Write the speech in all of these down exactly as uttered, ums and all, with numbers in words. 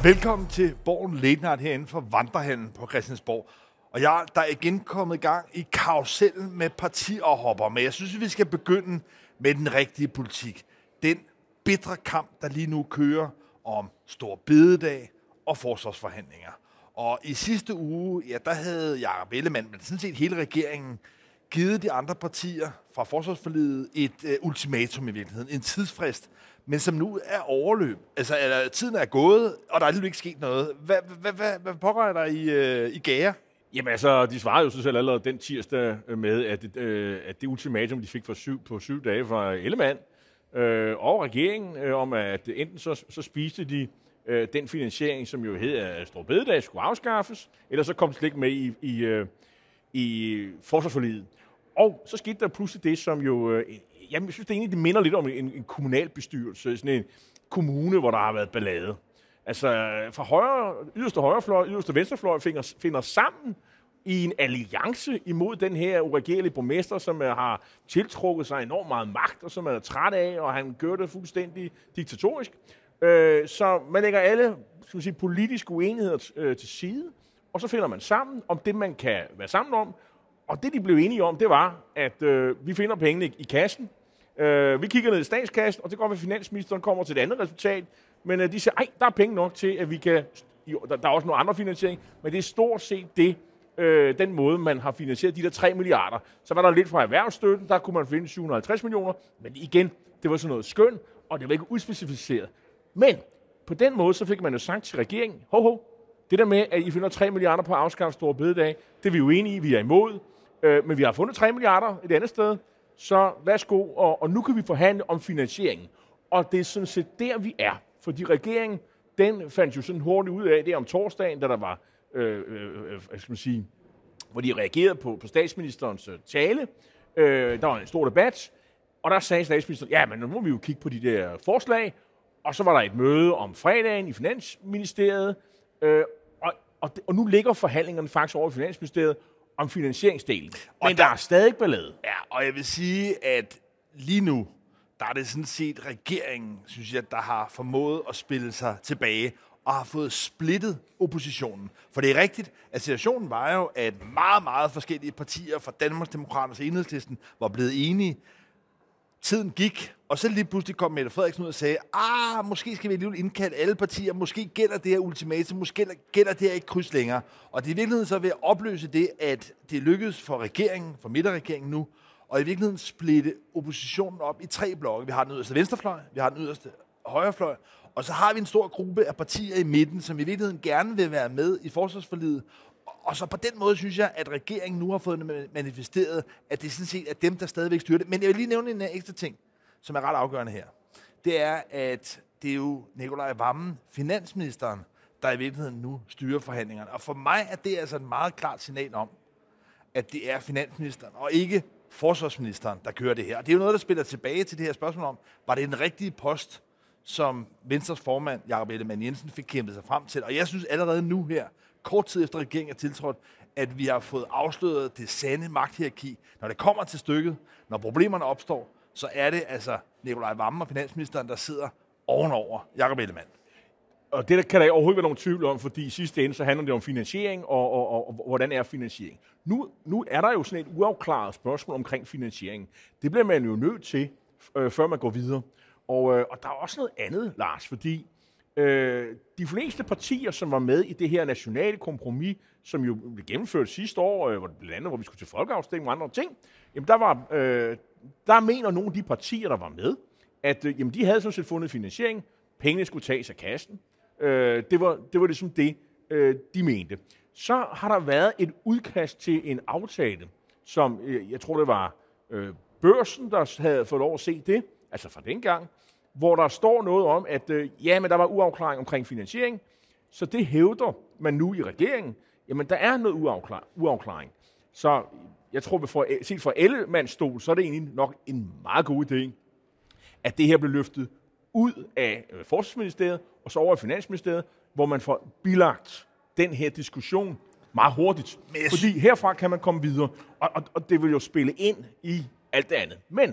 Velkommen til Borgen Late Night herinde for Vandrehallen på Christiansborg. Og jeg der er igen kommet i gang i karusellen med partiophoppere, men jeg synes, vi skal begynde med den rigtige politik. Den bitre kamp, der lige nu kører om Store Bededag og forsvarsforhandlinger. Og i sidste uge, ja, der havde Jakob Ellemann, men sådan set hele regeringen, givet de andre partier fra forsvarsforliget et uh, ultimatum i virkeligheden, en tidsfrist, men som nu er overløb. Altså, eller, tiden er gået, og der er alligevel ikke sket noget. Hvad, hvad, hvad, hvad pågår der i, øh, i Gære? Jamen altså, de svarede jo så selv allerede den tirsdag med, at det, øh, at det ultimatum, de fik for syv, på syv dage fra Ellemann øh, og regeringen, øh, om at enten så, så spiste de øh, den finansiering, som jo hed, at Store Bededag skulle afskaffes, eller så kom det slet ikke med i, i, øh, i forsvarsforliget. Og så skete der pludselig det, som jo... Øh, jeg synes, det egentlig det minder lidt om en, en kommunalbestyrelse, sådan en kommune, hvor der har været ballade. Altså, fra højre, yderste højrefløj, yderste venstrefløj finder, finder sammen i en alliance imod den her uregerlige borgmester, som har tiltrukket sig enormt meget magt, og som er træt af, og han gør det fuldstændig diktatorisk. Øh, så man lægger alle skal man sige, politiske uenigheder øh, til side, og så finder man sammen om det, man kan være sammen om. Og det, de blev enige om, det var, at øh, vi finder pengene i, i kassen. Øh, vi kigger ned i statskassen, og det går med, at finansministeren kommer til et andet resultat. Men øh, de siger, ej, der er penge nok til, at vi kan... Jo, der, der er også nogle andre finansiering, men det er stort set det, øh, den måde, man har finansieret de der tre milliarder. Så var der lidt fra erhvervsstøtten, der kunne man finde syv hundrede og halvtreds millioner. Men igen, det var sådan noget skøn, og det var ikke udspecificeret. Men på den måde, så fik man jo sagt til regeringen, ho, ho, det der med, at I finder tre milliarder på at afskaffe Store Bededag, det er vi jo enige i, vi er imod. Øh, men vi har fundet tre milliarder et andet sted, så værsgo, og, og nu kan vi forhandle om finansieringen. Og det er sådan set der, vi er. Fordi regeringen, den fandt jo sådan hurtigt ud af det om torsdagen, da der var, øh, øh, hvad skal man sige, hvor de reagerede på, på statsministerens øh, tale. Øh, der var en stor debat, og der sagde statsministeren, ja, men nu må vi jo kigge på de der forslag. Og så var der et møde om fredagen i Finansministeriet, øh, og, og, og nu ligger forhandlingerne faktisk over i Finansministeriet om finansieringsdelen. Men og der, der er stadig ballade. Ja, og jeg vil sige, at lige nu, der er det sådan set regeringen, synes jeg, der har formået at spille sig tilbage og har fået splittet oppositionen. For det er rigtigt, at situationen var jo, at meget, meget forskellige partier fra Danmarksdemokraterne og Enhedslisten var blevet enige. Tiden gik, og så lige pludselig kom Mette Frederiksen ud og sagde, ah, måske skal vi alligevel indkalde alle partier, måske gælder det her ultimatum, måske gælder det her ikke kryds længere. Og det er i virkeligheden så ved at opløse det, at det lykkedes for regeringen, for midterregeringen nu, og i virkeligheden splitte oppositionen op i tre blokke. Vi har den yderste venstrefløj, vi har den yderste højrefløj, og så har vi en stor gruppe af partier i midten, som i virkeligheden gerne vil være med i forsvarsforliget. Og så på den måde synes jeg, at regeringen nu har fået manifesteret, at det sådan set er dem, der stadigvæk styrer det. Men jeg vil lige nævne en ekstra ting, som er ret afgørende her. Det er, at det er jo Nicolai Wammen, finansministeren, der i virkeligheden nu styrer forhandlingerne. Og for mig er det altså et meget klart signal om, at det er finansministeren og ikke forsvarsministeren, der kører det her. Og det er jo noget, der spiller tilbage til det her spørgsmål om, var det en rigtig post, som Venstres formand, Jakob Ellemann Jensen, fik kæmpet sig frem til. Og jeg synes allerede nu her, kort tid efter regeringen er tiltrådt, at vi har fået afsløret det sande magthierarki. Når det kommer til stykket, når problemerne opstår, så er det altså Nicolai Wammen og finansministeren, der sidder ovenover Jakob Ellemann. Og det der kan der overhovedet være nogen tvivl om, fordi i sidste ende så handler det om finansiering, og, og, og, og hvordan er finansiering. Nu, nu er der jo sådan et uafklaret spørgsmål omkring finansieringen. Det bliver man jo nødt til, øh, før man går videre. Og, øh, og der er også noget andet, Lars, fordi øh, de fleste partier, som var med i det her nationale kompromis, som jo blev gennemført sidste år, øh, blandt andet, hvor vi skulle til folkeafstemning og andre ting, jamen der, var, øh, der mener nogle af de partier, der var med, at øh, jamen, de havde sådan set fundet finansiering, pengene skulle tages af kassen. Øh, det, var, det var ligesom det, øh, de mente. Så har der været et udkast til en aftale, som øh, jeg tror, det var øh, Børsen, der havde fået lov at se det, altså fra dengang, hvor der står noget om, at øh, ja, men der var uafklaring omkring finansiering, så det hævder man nu i regeringen. Jamen, der er noget uafklar- uafklaring. Så jeg tror, for, set fra Ellemanns stol, så er det egentlig nok en meget god idé, at det her blev løftet ud af øh, Forsvarsministeriet, og så over i Finansministeriet, hvor man får bilagt den her diskussion meget hurtigt. Fordi herfra kan man komme videre, og, og, og det vil jo spille ind i alt det andet. Men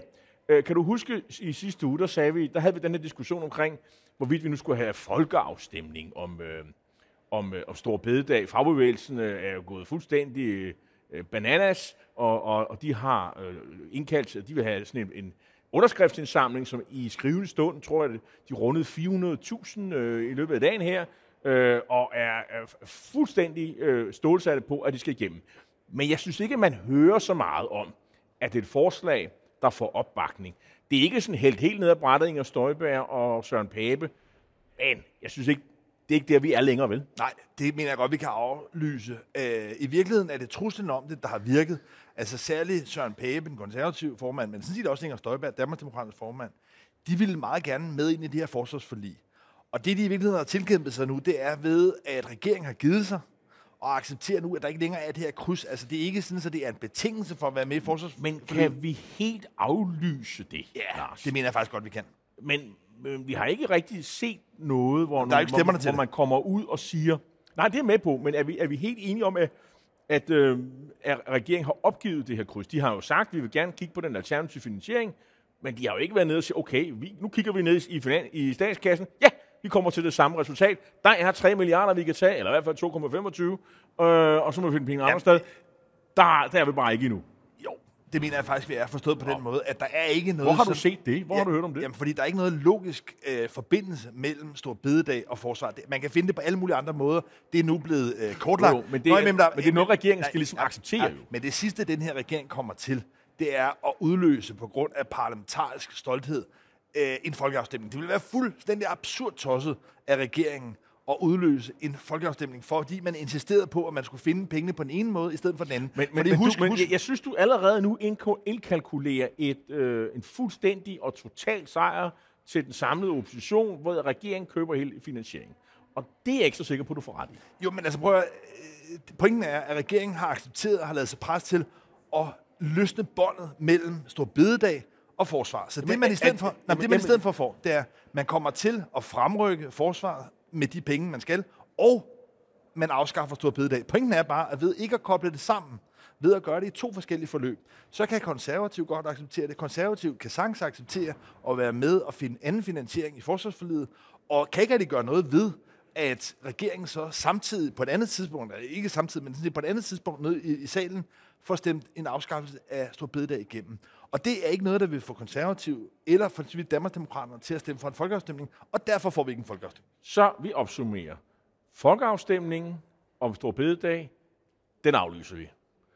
Øh, kan du huske, i sidste uge, der, sagde vi, der havde vi den her diskussion omkring, hvorvidt vi nu skulle have folkeafstemning om, øh, om, øh, om Store Bededag. Fagbevægelsen øh, er jo gået fuldstændig øh, bananas, og, og, og de har øh, indkaldt, de vil have sådan en, en underskriftsindsamling, som i skrivende stund, tror jeg, de rundede fire hundrede tusind øh, i løbet af dagen her, øh, og er, er fuldstændig øh, stålsatte på, at de skal igennem. Men jeg synes ikke, at man hører så meget om, at det er et forslag, der får opbakning. Det er ikke sådan helt, helt ned ad brættet, Inger Støjberg og Søren Pape, men jeg synes ikke, det er ikke der, vi er længere, vel? Nej, det mener jeg godt, vi kan aflyse. Øh, I virkeligheden er det truslen om det, der har virket. Altså særligt Søren Pape, den konservative formand, men sådan set også Inger Støjberg, Danmarksdemokraternes formand, de ville meget gerne med ind i det her forsvarsforlig. Og det, de i virkeligheden har tilkæmpet sig nu, det er ved, at regeringen har givet sig og accepterer nu, at der ikke længere er det her kryds. Altså det er ikke sådan, at det er en betingelse for at være med i forsvarsforliget. Men kan vi helt aflyse det, Ja, Lars? det mener jeg faktisk godt, vi kan. Men, men vi har ikke rigtig set noget, hvor, Der er ikke stemmerne hvor, til hvor man kommer ud og siger, nej, det er med på, men er vi, er vi helt enige om, at, at, øh, at regeringen har opgivet det her kryds? De har jo sagt, at vi vil gerne kigge på den alternative finansiering, men de har jo ikke været nede og sige, okay, vi, nu kigger vi ned i, finan- i statskassen. Ja, vi kommer til det samme resultat. Der er tre milliarder, vi kan tage, eller i hvert fald to komma femogtyve, øh, og så må vi finde penge andre sted. Der, der er vi bare ikke endnu. Jo, det mener jeg faktisk, vi er forstået på den måde, at der er ikke noget... Hvor har du som, set det? Hvor ja, har du hørt om det? Jamen, fordi der er ikke noget logisk øh, forbindelse mellem Store Bededag og forsvar. Det, man kan finde det på alle mulige andre måder. Det er nu blevet øh, kortlagt. Jo, men det, er, men det er noget, regeringen skal ligesom acceptere. Ja, men det sidste, den her regering kommer til, det er at udløse på grund af parlamentarisk stolthed øh, en folkeafstemning. Det ville være fuldstændig absurd tosset af regeringen at udløse en folkeafstemning, fordi man insisterede på, at man skulle finde pengene på den ene måde, i stedet for den anden. Men, men, men, husk, du, men husk, jeg, jeg synes, du allerede nu indkalkulerer et, øh, en fuldstændig og total sejr til den samlede opposition, hvor regeringen køber hele finansieringen. Og det er jeg ikke så sikker på, du får ret i. Jo, men altså prøv at, pointen er, at regeringen har accepteret og har lavet sig pres til at løsne båndet mellem Store Bededag og forsvar. Så det, man i stedet for, nej, det, man i stedet for får, det er, at man kommer til at fremrykke forsvaret med de penge, man skal, og man afskaffer Store Bededag. Pointen er bare, at ved ikke at koble det sammen, ved at gøre det i to forskellige forløb, så kan konservativ godt acceptere det. Konservativ kan sagtens acceptere at være med og finde anden finansiering i forsvarsforliget, og kan ikke rigtig gøre noget ved, at regeringen så samtidig, på et andet tidspunkt, eller ikke samtidig, men på et andet tidspunkt nede i, i salen, får stemt en afskaffelse af Store Bededag igennem. Og det er ikke noget, der vil få konservativ eller for Danmarksdemokraterne til at stemme for en folkeafstemning, og derfor får vi ikke en folkeafstemning. Så vi opsummerer. Folkeafstemningen om Store Bededag, den aflyser vi.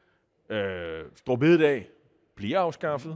Øh, Store Bededag bliver afskaffet.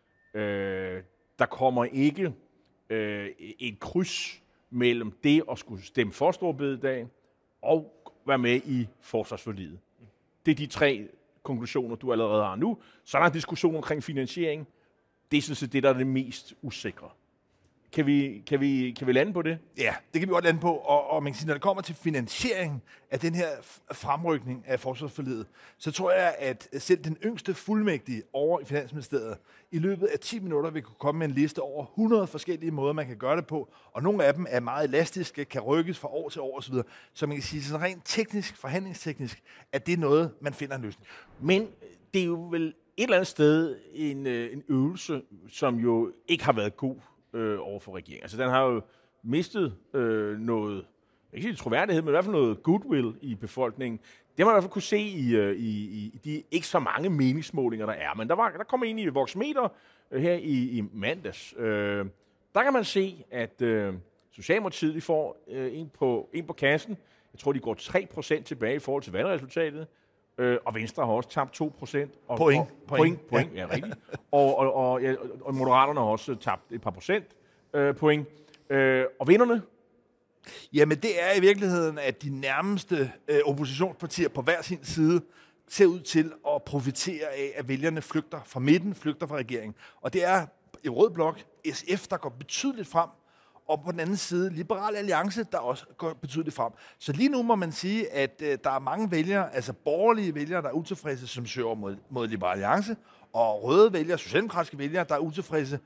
Øh, der kommer ikke øh, et kryds mellem det at skulle stemme for Store Bededag og være med i forsvarsforliget. Det er de tre konklusioner, du allerede har nu. Så er der en diskussion omkring finansiering. Det er sådan set det, der er det mest usikre. Kan vi, kan vi, kan vi lande på det? Ja, det kan vi godt lande på. Og, og man kan sige, når det kommer til finansiering af den her fremrykning af forsvarsforliget, så tror jeg, at selv den yngste fuldmægtige over i Finansministeriet i løbet af ti minutter vil kunne komme med en liste over hundrede forskellige måder, man kan gøre det på. Og nogle af dem er meget elastiske, kan rykkes fra år til år osv. Så man kan sige, sådan rent teknisk, forhandlingsteknisk, at det er noget, man finder en løsning. Men det er jo vel et eller andet sted en, en øvelse, som jo ikke har været god Øh, over for regeringen. Altså, den har jo mistet øh, noget, ikke sige troværdighed, men i hvert fald noget goodwill i befolkningen. Det har man i hvert fald kunne se i, øh, i, i de ikke så mange meningsmålinger, der er. Men der, var, der kom en i Voxmeter øh, her i, i mandags. Øh, der kan man se, at øh, Socialdemokratiet de får øh, en, på, en på kassen. Jeg tror, de går tre procent tilbage i forhold til valgresultatet. Øh, og Venstre har også tabt to procent. Og, point. Og, point, point, point, ja, rigtigt. og, og, og, ja, og Moderaterne har også tabt et par procent øh, point. Øh, og vinderne? Jamen, det er i virkeligheden, at de nærmeste øh, oppositionspartier på hver sin side ser ud til at profitere af, at vælgerne flygter fra midten, flygter fra regeringen. Og det er i Rød Blok, S F, der går betydeligt frem, og på den anden side Liberal Alliance, der også går betydeligt frem. Så lige nu må man sige, at øh, der er mange vælgere, altså borgerlige vælgere, der er utilfredse, som søger mod, mod Liberal Alliance, og røde vælgere, socialdemokratiske vælgere, der er utilfredse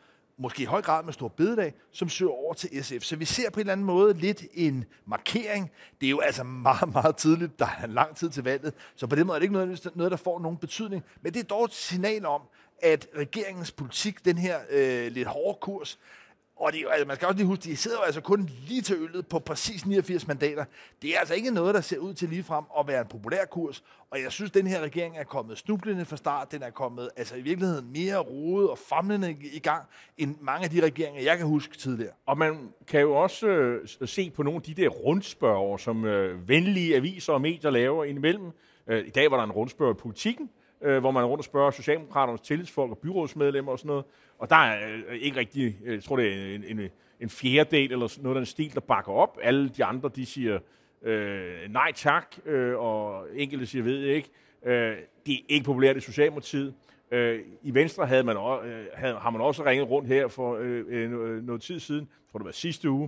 måske i høj grad med Store Bededag, som søger over til S F. Så vi ser på en eller anden måde lidt en markering. Det er jo altså meget, meget tidligt. Der er en lang tid til valget, så på den måde er det ikke noget, noget der får nogen betydning. Men det er dog et signal om, at regeringens politik, den her øh, lidt hårde kurs, og det, altså, man skal også lige huske, de sidder jo altså kun lige til øllet på præcis niogfirs mandater. Det er altså ikke noget, der ser ud til ligefrem at være en populær kurs. Og jeg synes, den her regering er kommet snublende fra start. Den er kommet altså i virkeligheden mere rodet og famlende i gang, end mange af de regeringer, jeg kan huske tidligere. Og man kan jo også øh, se på nogle af de der rundspørger, som øh, venlige aviser og medier laver indimellem. Øh, I dag var der en rundspørg i Politikken, øh, hvor man rundt og spørger Socialdemokraternes tillidsfolk og byrådsmedlemmer og sådan noget. Og der er øh, ikke rigtig, jeg tror det er en, en, en fjerdedel eller noget af den stil, der bakker op. Alle de andre, de siger øh, nej tak, øh, og enkelte siger ved ikke. Øh, det er ikke populært i Socialdemokratiet. Øh, I Venstre havde man også, øh, havde, har man også ringet rundt her for øh, øh, noget tid siden. Jeg tror det var sidste uge.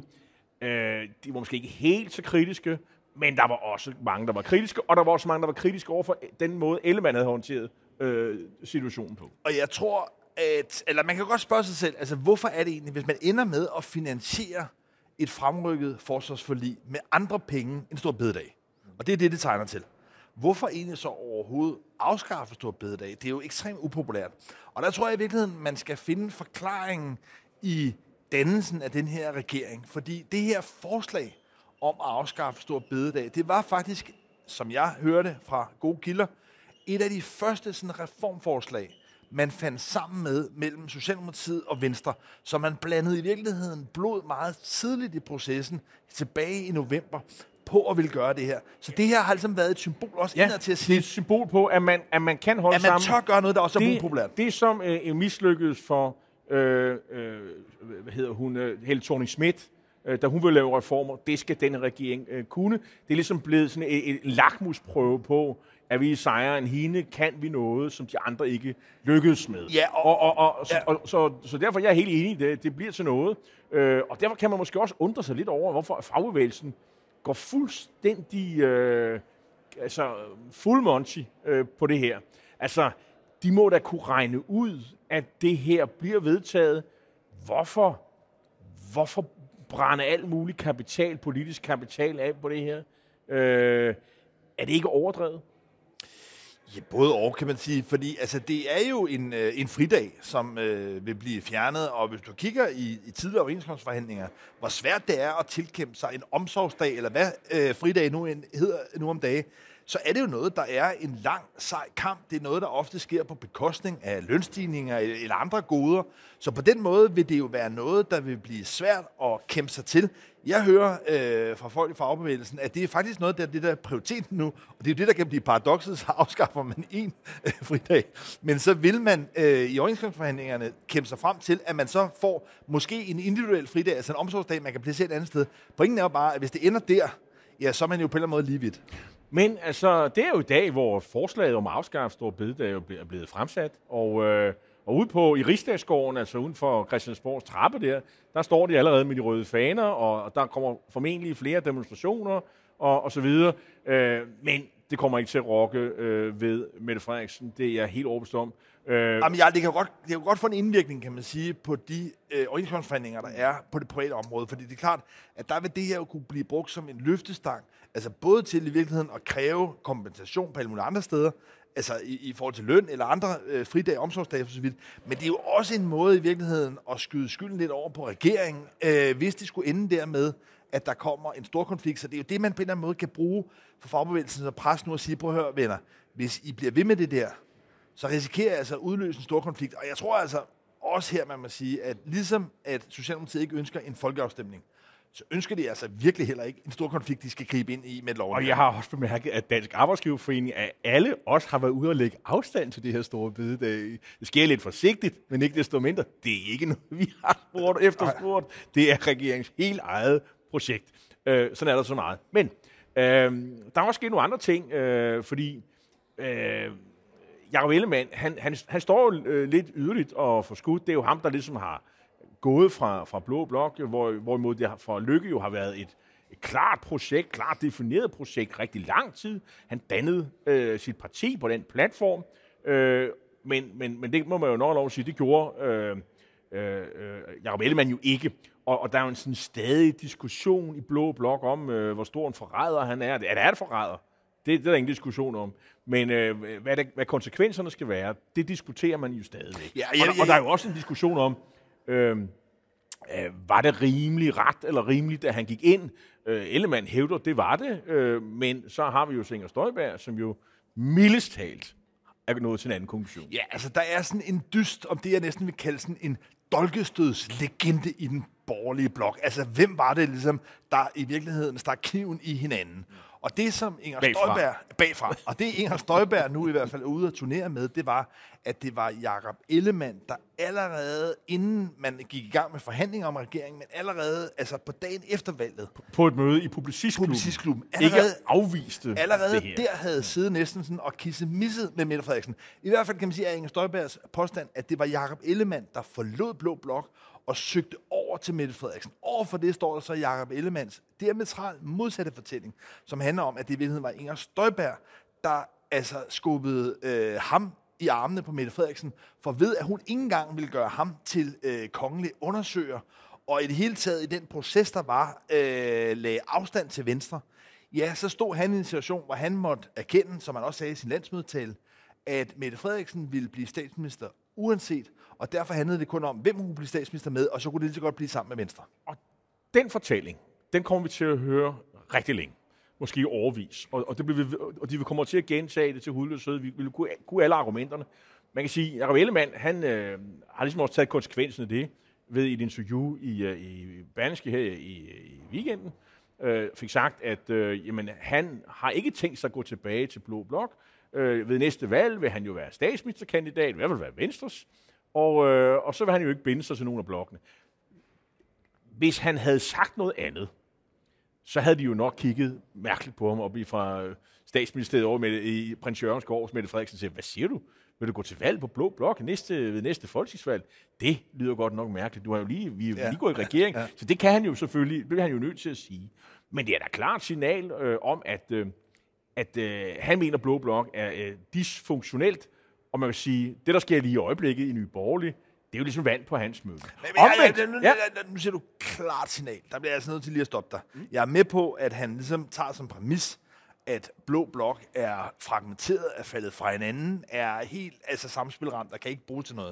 Øh, de var måske ikke helt så kritiske, men der var også mange, der var kritiske, og der var også mange, der var kritiske over for den måde, Ellemann havde håndteret øh, situationen på. Og jeg tror, at, eller man kan godt spørge sig selv, altså hvorfor er det egentlig, hvis man ender med at finansiere et fremrykket forsvarsforlig med andre penge end Store Bededag? Og det er det, det tegner til. Hvorfor egentlig så overhovedet afskaffe Store Bededag? Det er jo ekstremt upopulært. Og der tror jeg i virkeligheden, man skal finde forklaringen i dannelsen af den her regering. Fordi det her forslag om at afskaffe Store Bededag, det var faktisk, som jeg hørte fra gode kilder, et af de første sådan, reformforslag, man fandt sammen med mellem Socialdemokratiet og Venstre, så man blandede i virkeligheden blod meget tidligt i processen, tilbage i november, på at ville gøre det her. Så det her har altså været et symbol også ja, indad til at sige, det er et symbol på, at man, at man kan holde at man sammen. tør gøre noget, der også det, er upopulært. Det, som øh, mislykkedes for øh, øh, hvad hedder hun, øh, Helle Thorning-Schmidt, øh, da hun vil lave reformer, det skal denne regering øh, kunne. Det er ligesom blevet sådan et, et lakmusprøve på, at vi sejrer en hende, kan vi noget, som de andre ikke lykkedes med. Ja, og, og, og, og, ja. så, og så, så derfor er jeg helt enig i det. Det bliver til noget. Øh, og derfor kan man måske også undre sig lidt over, hvorfor fagbevægelsen går fuldstændig øh, altså full monty øh, på det her. Altså, de må da kunne regne ud, at det her bliver vedtaget. Hvorfor, hvorfor brænde alt mulig kapital, politisk kapital af på det her? Øh, er det ikke overdrevet? Ja, både og, kan man sige, fordi altså, det er jo en, øh, en fridag, som øh, vil blive fjernet, og hvis du kigger i, i tidligere overenskomstforhandlinger, hvor svært det er at tilkæmpe sig en omsorgsdag, eller hvad øh, fridag nu en, hedder nu om dage, så er det jo noget, der er en lang, sej kamp. Det er noget, der ofte sker på bekostning af lønstigninger eller andre goder. Så på den måde vil det jo være noget, der vil blive svært at kæmpe sig til. Jeg hører øh, fra folk i fagbevægelsen, at det er faktisk noget, der er det der er prioriteten nu. Og det er jo det, der kan blive paradokset, så afskaffer man en øh, fridag. Men så vil man øh, i overenskomstforhandlingerne kæmpe sig frem til, at man så får måske en individuel fridag, altså en omsorgsdag, man kan placere et andet sted. Pointen er jo bare, at hvis det ender der, ja, så er man jo på en eller anden måde lige vidt. Men altså, det er jo i dag, hvor forslaget om at afskaffe Store Bededag er blevet fremsat, og, øh, og ude på i Rigsdagsgården, altså uden for Christiansborgs trappe der, der står de allerede med de røde faner, og, og der kommer formentlig flere demonstrationer og, og så videre. Øh, men det kommer ikke til at rokke øh, ved Mette Frederiksen, det er jeg helt overbevist om. Øh, Jamen, ja, det kan jo godt, det kan jo godt få en indvirkning, kan man sige, på de øh, overenskomstforhandlinger, der er på det private område. Fordi det er klart, at der vil det her jo kunne blive brugt som en løftestang, altså både til i virkeligheden at kræve kompensation på alle mulige andre steder, altså i, i forhold til løn eller andre øh, fridage, omsorgsdage og så videre. Men det er jo også en måde i virkeligheden at skyde skylden lidt over på regeringen, øh, hvis det skulle ende dermed, at der kommer en stor konflikt. Så det er jo det, man på en eller anden måde kan bruge for fagbevægelsen og presse nu og sige, prøv at høre, venner, hvis I bliver ved med det der, så risikerer jeg altså at udløse en stor konflikt. Og jeg tror altså også her, man må sige, at ligesom at Socialdemokratiet ikke ønsker en folkeafstemning, så ønsker de altså virkelig heller ikke en stor konflikt, de skal gribe ind i med loven. Og jeg har også bemærket, at Dansk Arbejdsgiverforening af alle os har været ude og lægge afstand til det her Store Bededag. Det sker lidt forsigtigt, men ikke desto mindre. Det er ikke noget, vi har spurgt efterspurgt. Det er regeringens helt eget projekt. Øh, sådan er der så meget. Men øh, der er også sket nogle andre ting, øh, fordi øh, Jakob Ellemann, han, han, han står jo øh, lidt yderligt og forskudt. Det er jo ham, der ligesom har gået fra, fra Blå Blok, hvor, hvorimod det for Løkke jo har været et, et klart projekt, klart defineret projekt, rigtig lang tid. Han dannede øh, sit parti på den platform, øh, men, men, men det må man jo nok lov at sige, det gjorde øh, øh, øh, Jakob Ellemann jo ikke. Og, og der er jo en sådan stadig diskussion i Blå Blok om, øh, hvor stor en forræder han er. Er det, er det forræder? Det, det er der ingen diskussion om. Men øh, hvad, det, hvad konsekvenserne skal være, det diskuterer man jo stadigvæk. Ja, ja, ja, ja. Og, og der er jo også en diskussion om, øh, øh, var det rimelig ret eller rimeligt, at han gik ind? Øh, Ellemann hævder, det var det. Øh, men så har vi jo Inger Støjberg, som jo mildest talt er nået til en anden konklusion. Ja, altså der er sådan en dyst, om det jeg næsten vil kalde sådan en dolkestødslegende i den borgerlige blok. Altså, hvem var det ligesom, der i virkeligheden stak kniven i hinanden? Og det, som Inger bagfra. Støjberg... Bagfra. Og det, Inger Støjberg nu i hvert fald er ude at turnere med, det var, at det var Jakob Ellemann, der allerede, inden man gik i gang med forhandlinger om regeringen, men allerede, altså på dagen efter valget... På et møde i Publicistklubben. Publicistklubben. Allerede, ikke afviste Allerede der havde siddet næsten sådan og kissemisset med Mette Frederiksen. I hvert fald kan man sige, at Inger Støjbergs påstand, at det var Jakob Ellemann, der forlod Blå Blok og søgte over til Mette Frederiksen. Overfor det står der så Jakob Ellemanns diametralt modsatte fortælling, som handler om, at det i virkeligheden var Inger Støjberg, der altså skubbede øh, ham i armene på Mette Frederiksen, for ved, at hun ikke engang ville gøre ham til øh, kongelig undersøger, og i det hele taget i den proces, der var, øh, lagde afstand til Venstre, ja, så stod han i en situation, hvor han måtte erkende, som han også sagde i sin landsmødetale, at Mette Frederiksen ville blive statsminister uanset, og derfor handlede det kun om, hvem hun kunne blive statsminister med, og så kunne det lige så godt blive sammen med Venstre. Og den fortælling, den kommer vi til at høre rigtig længe. Måske i overvis. Og, og, det bliver vi, og de kommer til at gentage det til hudløshed. Vi vil kunne, kunne alle argumenterne. Man kan sige, at Jakob Ellemann, han øh, har ligesom også taget konsekvensen af det, ved i et interview i, i Berlingske her i, i weekenden, øh, fik sagt, at øh, jamen, han har ikke tænkt sig at gå tilbage til Blå Blok. Øh, ved næste valg vil han jo være statsministerkandidat, i hvert fald være Venstres, og, øh, og så vil han jo ikke binde sig til nogle af blokkene. Hvis han havde sagt noget andet, så havde de jo nok kigget mærkeligt på ham op i fra statsministeriet over med, i Prins Jørgens gård, Mette Frederiksen siger, hvad siger du? Vil du gå til valg på Blå Blok næste, ved næste folketingsvalg? Det lyder godt nok mærkeligt. Du har jo lige, vi er ja. lige gået i regering, ja, ja. Så det kan han jo selvfølgelig, det bliver han jo nødt til at sige. Men det er da klart signal øh, om, at, øh, at øh, han mener, at Blå Blok er øh, dysfunktionelt, og man vil sige, det der sker lige i øjeblikket i Nye Borgerlige, det er jo ligesom vand på hans møde. Men, men Omvendt, ja, nu, ja. nu siger du klart signal. Der bliver altså nødt til lige at stoppe dig. Mm. Jeg er med på, at han ligesom tager som præmis, at Blå Blok er fragmenteret, er faldet fra hinanden, er helt altså samspilramt, der kan ikke bruge til noget.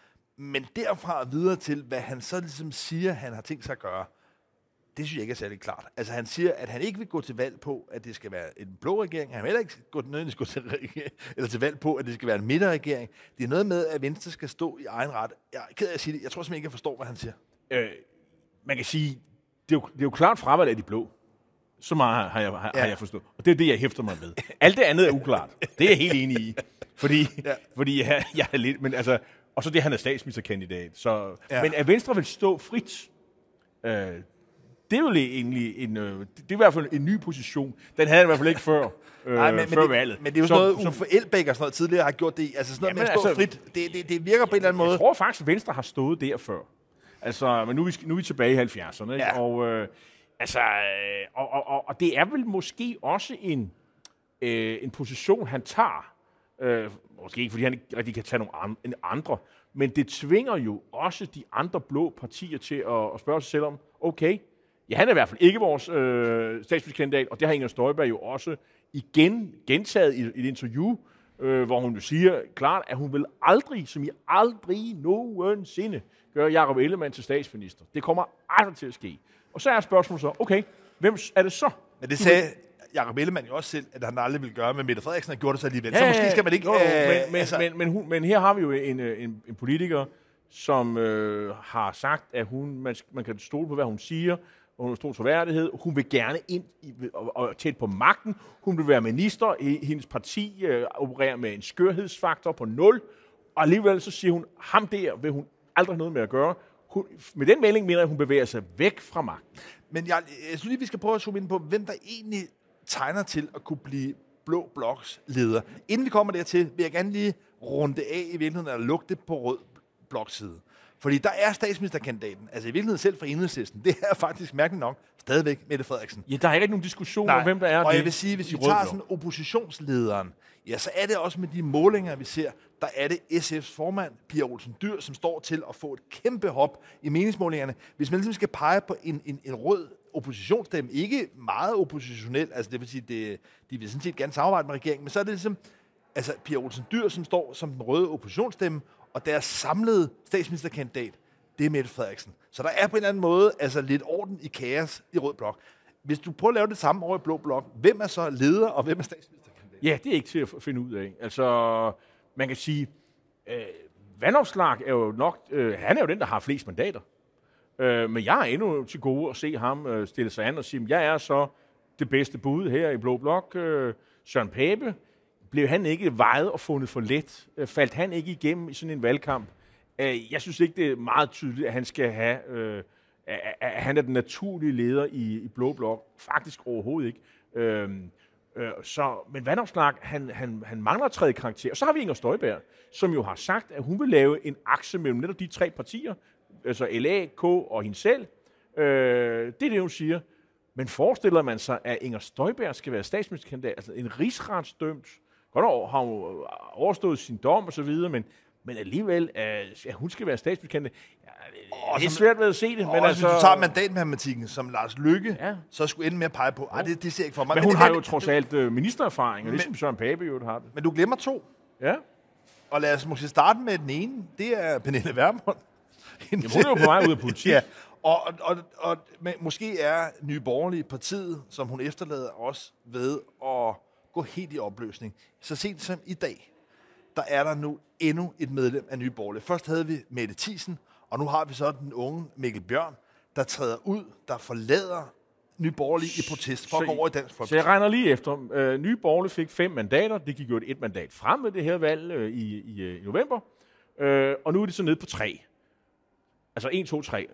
Men derfra videre til, hvad han så ligesom siger, han har tænkt sig at gøre, det synes jeg ikke er særlig klart. Altså han siger, at han ikke vil gå til valg på, at det skal være en blå regering. Han vil heller ikke gå, nødvendigvis gå til, eller til valg på, at det skal være en midterregering. Det er noget med, at Venstre skal stå i egen ret. Jeg er ked af at sige det. Jeg tror simpelthen ikke, jeg forstår, hvad han siger. Øh, man kan sige, det er jo, det er jo klart fravalg af de blå. Så meget har jeg, har, ja. har jeg forstået. Og det er det, jeg hæfter mig med. Alt det andet er uklart. Det er jeg helt enig i. Fordi, ja. fordi jeg, jeg er lidt... Men altså, og så det, han er statsministerkandidat. Så, ja. Men at Venstre vil stå frit... Øh, det er jo egentlig en, øh, det er i hvert fald en ny position. Den havde han i hvert fald ikke før, øh, Nej, men, før men det, valget. Men det er jo sådan noget, Uffe Elbæk og sådan noget tidligere har gjort det. Altså sådan noget ja, med at stå altså, frit. Det, det, det virker på en eller anden måde. Jeg tror faktisk, at Venstre har stået der før. Altså, men nu er vi, nu er vi tilbage i halvfjerdserne. Ja. Og, øh, altså, og, og, og, og det er vel måske også en, øh, en position, han tager. Øh, måske ikke, fordi han ikke rigtig kan tage nogle andre. Men det tvinger jo også de andre blå partier til at, at spørge sig selv om, okay, ja, han er i hvert fald ikke vores øh, statsministerkandidat, og det har Inger Støjberg jo også igen gentaget i, i et interview, øh, hvor hun jo siger klart, at hun vil aldrig, som i aldrig nogensinde, gøre Jakob Ellemann til statsminister. Det kommer aldrig til at ske. Og så er spørgsmålet så, okay, hvem er det så? Men det sagde Jakob Ellemann jo også selv, at han aldrig ville gøre, med Mette Frederiksen har gjort det så alligevel. Ja, så måske skal man ikke... Jo, øh, men, men, altså. men, men, hun, men her har vi jo en, en, en politiker, som øh, har sagt, at hun, man, man kan stole på, hvad hun siger, og hun har stor troværdighed. Hun vil gerne ind i, og, og tæt på magten. Hun vil være minister. Hendes parti øh, opererer med en skørhedsfaktor på nul. Og alligevel så siger hun, ham der vil hun aldrig noget med at gøre. Hun, med den melding mener jeg, at hun bevæger sig væk fra magten. Men jeg, jeg synes lige, vi skal prøve at zoome ind på, hvem der egentlig tegner til at kunne blive Blå Bloks leder. Inden vi kommer dertil, vil jeg gerne lige runde af i virkeligheden, eller lukke det på rød blokside. Fordi der er statsministerkandidaten, altså i virkeligheden selv for Enhedslisten, det er faktisk mærkeligt nok stadigvæk Mette Frederiksen. Ja, der er ikke nogen diskussion om, hvem der er. Og det, jeg vil sige, hvis vi tager sådan oppositionslederen, ja, så er det også med de målinger, vi ser, der er det S F's formand, Pia Olsen Dyhr, som står til at få et kæmpe hop i meningsmålingerne. Hvis man ligesom skal pege på en, en, en rød oppositionsstemme, ikke meget oppositionel, altså det vil sige, det, de vil sådan set gerne samarbejde med regeringen, men så er det ligesom altså Pia Olsen Dyhr, som står som den røde oppositionsstemme, og deres samlede statsministerkandidat, det er Mette Frederiksen. Så der er på en eller anden måde altså lidt orden i kaos i rød blok. Hvis du prøver at lave det samme over i blå blok, hvem er så leder, og hvem er statsministerkandidat? Ja, det er ikke til at finde ud af. Altså, man kan sige, øh, Vanopslagh er jo nok, øh, han er jo den, der har flest mandater. Øh, men jeg er endnu til gode at se ham øh, stille sig an og sige, jeg er så det bedste bud her i blå blok. Øh, Søren Pape, blev han ikke vejet og fundet for let? Øh, faldt han ikke igennem i sådan en valgkamp? Øh, jeg synes ikke, det er meget tydeligt, at han skal have, øh, at, at han er den naturlige leder i, i blå blok. Faktisk overhovedet ikke. Øh, øh, så, men Vanopslagh, han, han, han mangler at træde i karakter. Og så har vi Inger Støjberg, som jo har sagt, at hun vil lave en akse mellem netop de tre partier, altså L A, K og hende selv. Øh, det er det, hun siger. Men forestiller man sig, at Inger Støjberg skal være statsministerkandidat, altså en rigsretsdømt, godt over, har hun overstået sin dom og så videre, men, men alligevel, at hun skal være statsministerkandidat, ja, det er svært ved at se det. Og men altså, hvis du tager mandatmatematikken, som Lars Løkke, ja. så skulle ende med at pege på, ej, det, det ser ikke for mig. Men, men hun det, har jo trods alt uh, ministererfaring, og ligesom Søren Pape jo har det. Men du glemmer to. Ja. Og lad os måske starte med den ene. Det er Pernille Vermund. Jamen, hun er jo på vej ud af politik. Ja. Og, og, og men måske er Nye Borgerlige partiet, som hun efterlader os ved at gå helt i opløsning. Så sent som i dag, der er der nu endnu et medlem af Nye Borgerlige. Først havde vi Mette Thiesen, og nu har vi så den unge Mikkel Bjørn, der træder ud, der forlader Nye Borgerlige i protest for så, at gå over i Dansk Folkeparti. Så jeg regner lige efter. Øh, Nye Borgerlige fik fem mandater. Det gik jo et, et mandat frem med det her valg øh, i, i, i november. Øh, og nu er det så nede på tre. Altså en, to, tre.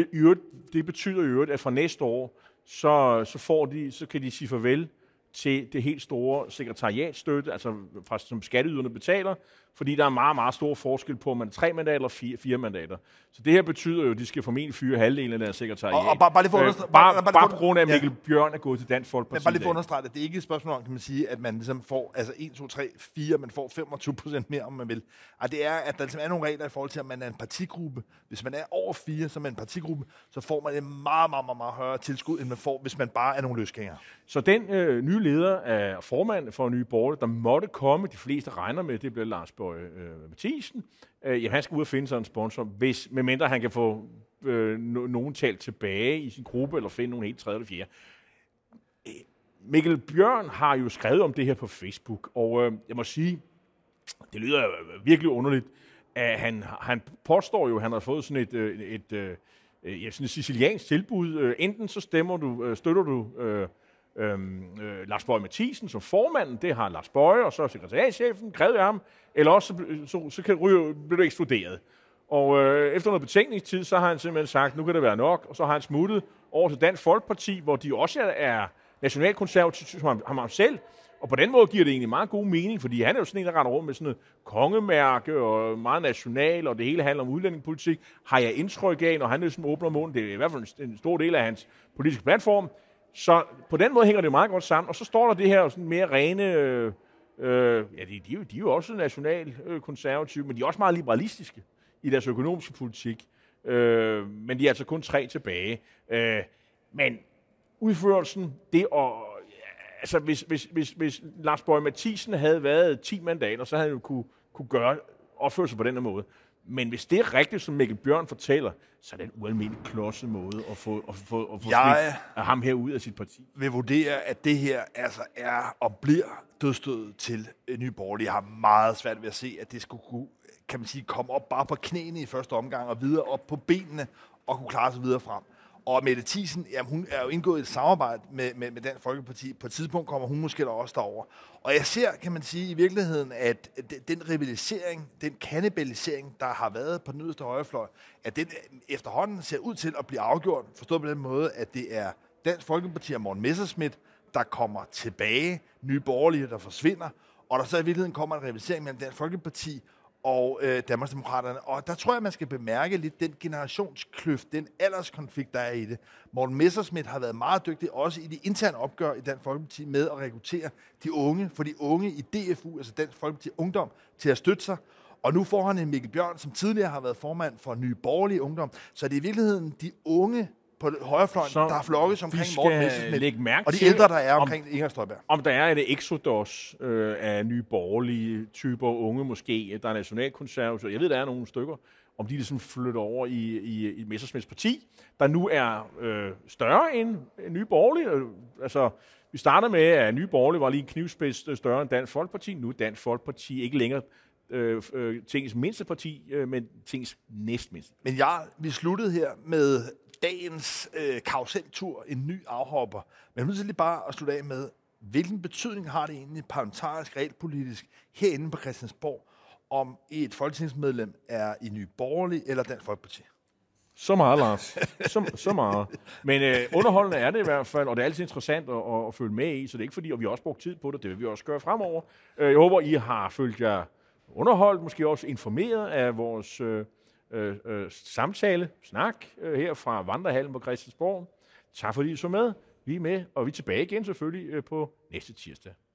Det betyder jo, at fra næste år, så, så, får de, så kan de sige farvel til det helt store sekretariatstøtte, altså fra, som skatteyderne betaler, fordi der er meget, meget stor forskel på, om man er tre mandater eller fire, fire mandater. Så det her betyder jo, at de skal formentlig fyre halvdelen af deres sekretariat. Og, og bare, bare lige for at understrege... Øh, bare, bare, bare på grund af, at Mikkel ja. Bjørn er gået til Dansk Folkeparti. Men bare lige for at understrege, at det er ikke et spørgsmål om, kan man sige, at man ligesom får altså en, to, tre, fire, man får femogtyve procent mere, om man vil. Og det er, at der ligesom er nogle regler i forhold til, at man er en partigruppe. Hvis man er over fire, så er man en partigruppe, så får man en meget, meget, meget, meget højere tilskud, end man får, hvis man bare er nogle løsgængere. Så den øh, nye leder af formand for Nye Borgerlige, der måtte komme, de fleste regner med, det bliver Lars Boje øh, Mathiesen. Øh, ja, han skal ud og finde sig en sponsor, hvis, medmindre han kan få øh, no, nogen talt tilbage i sin gruppe, eller finde nogen helt tredje eller fjerde. Øh, Mikkel Bjørn har jo skrevet om det her på Facebook, og øh, jeg må sige, det lyder virkelig underligt, at han, han påstår jo, at han har fået sådan et, et, et, et, et, sådan et siciliansk tilbud. Enten så stemmer du, støtter du øh, Øhm, øh, Lars Boje Mathiesen som formanden, det har Lars Boje, og så sekretariatschefen, krævede jeg ham, eller også så, så, så kan ryge, bliver du eksploderet. Og øh, efter noget betænkningstid, så har han simpelthen sagt, nu kan det være nok, og så har han smuttet over til Dansk Folkeparti, hvor de også er, er nationalkonservative, som ham, ham selv, og på den måde giver det egentlig meget god mening, fordi han er jo sådan en, der render rundt med sådan noget kongemærke, og meget national, og det hele handler om udlændingepolitik, har jeg indtryk af, når han ligesom åbner munden, det er i hvert fald en stor del af hans politiske platform. Så på den måde hænger det meget godt sammen, og så står der det her sådan mere rene, øh, øh, ja, de, de, de er jo også nationalkonservative, men de er også meget liberalistiske i deres økonomiske politik, øh, men de er altså kun tre tilbage. Øh, men udførelsen, det at, altså hvis, hvis, hvis, hvis Lars Boje Mathiesen havde været ti mandater, så havde han jo kunne, kunne gøre opføre sig på den her måde. Men hvis det er rigtigt, som Mikkel Bjørn fortæller, så er det en ualmindelig klodset måde at få, at få, at få jeg af ham her ud af sit parti. Vil vurdere, at det her altså er og bliver dødstødet til Nye Borgerlige. Jeg har meget svært ved at se, at det skulle kunne, kan man sige, komme op bare på knæene i første omgang og videre op på benene og kunne klare sig videre frem. Og Mette Thiesen, jamen, hun er jo indgået i et samarbejde med, med, med Dansk Folkeparti. På et tidspunkt kommer hun måske også derover. Og jeg ser, kan man sige, i virkeligheden, at den rivalisering, den kannibalisering, der har været på den yderste højrefløj, at den efterhånden ser ud til at blive afgjort, forstået på den måde, at det er Dansk Folkeparti og Morten Messerschmidt, der kommer tilbage, Nye Borgerlige, der forsvinder, og der så i virkeligheden kommer en rivalisering mellem Dansk Folkeparti og øh, Danmarksdemokraterne. Og der tror jeg, man skal bemærke lidt den generationskløft, den alderskonflikt, der er i det. Morten Messerschmidt har været meget dygtig, også i de interne opgør i Dansk Folkeparti, med at rekruttere de unge, for de unge i D F U, altså Dansk Folkeparti Ungdom, til at støtte sig. Og nu får han en Mikkel Bjørn, som tidligere har været formand for Nye Borgerlige Ungdom. Så det er i virkeligheden de unge på højrefløjen, der har flokket omkring Morten Messerschmidt, og de ældre, der er omkring Inger Støjberg. Om der er et exodus øh, af Nye Borgerlige typer unge måske, der er nationalkonservative. Jeg ved, der er nogle stykker, om de ligesom flytter over i, i, i Messerschmidts parti, der nu er øh, større end Nye Borgerlige. Altså, vi starter med, at Nye Borgerlige var lige en knivspids større end Dansk Folkeparti. Nu er Dansk Folkeparti ikke længere Øh, øh, Tingets mindste parti, øh, men Tingets næstmindste. Men ja, vi sluttede her med dagens øh, karuseltur, en ny afhopper. Men jeg vil lige bare at slutte af med, hvilken betydning har det egentlig parlamentarisk, realpolitisk herinde på Christiansborg, om et folketingsmedlem er i Nye Borgerlige eller Dansk Folkeparti? Så meget, Lars. Så, så meget. Men øh, underholdende er det i hvert fald, og det er altid interessant at, at, at følge med i, så det er ikke fordi, og vi har også brugt tid på det, det vil vi også gøre fremover. Øh, jeg håber, I har følt jer underholdt, måske også informeret af vores øh, øh, øh, samtale, snak øh, her fra Vandrehallen på Christiansborg. Tak fordi I så med. Vi er med, og vi er tilbage igen selvfølgelig øh, på næste tirsdag.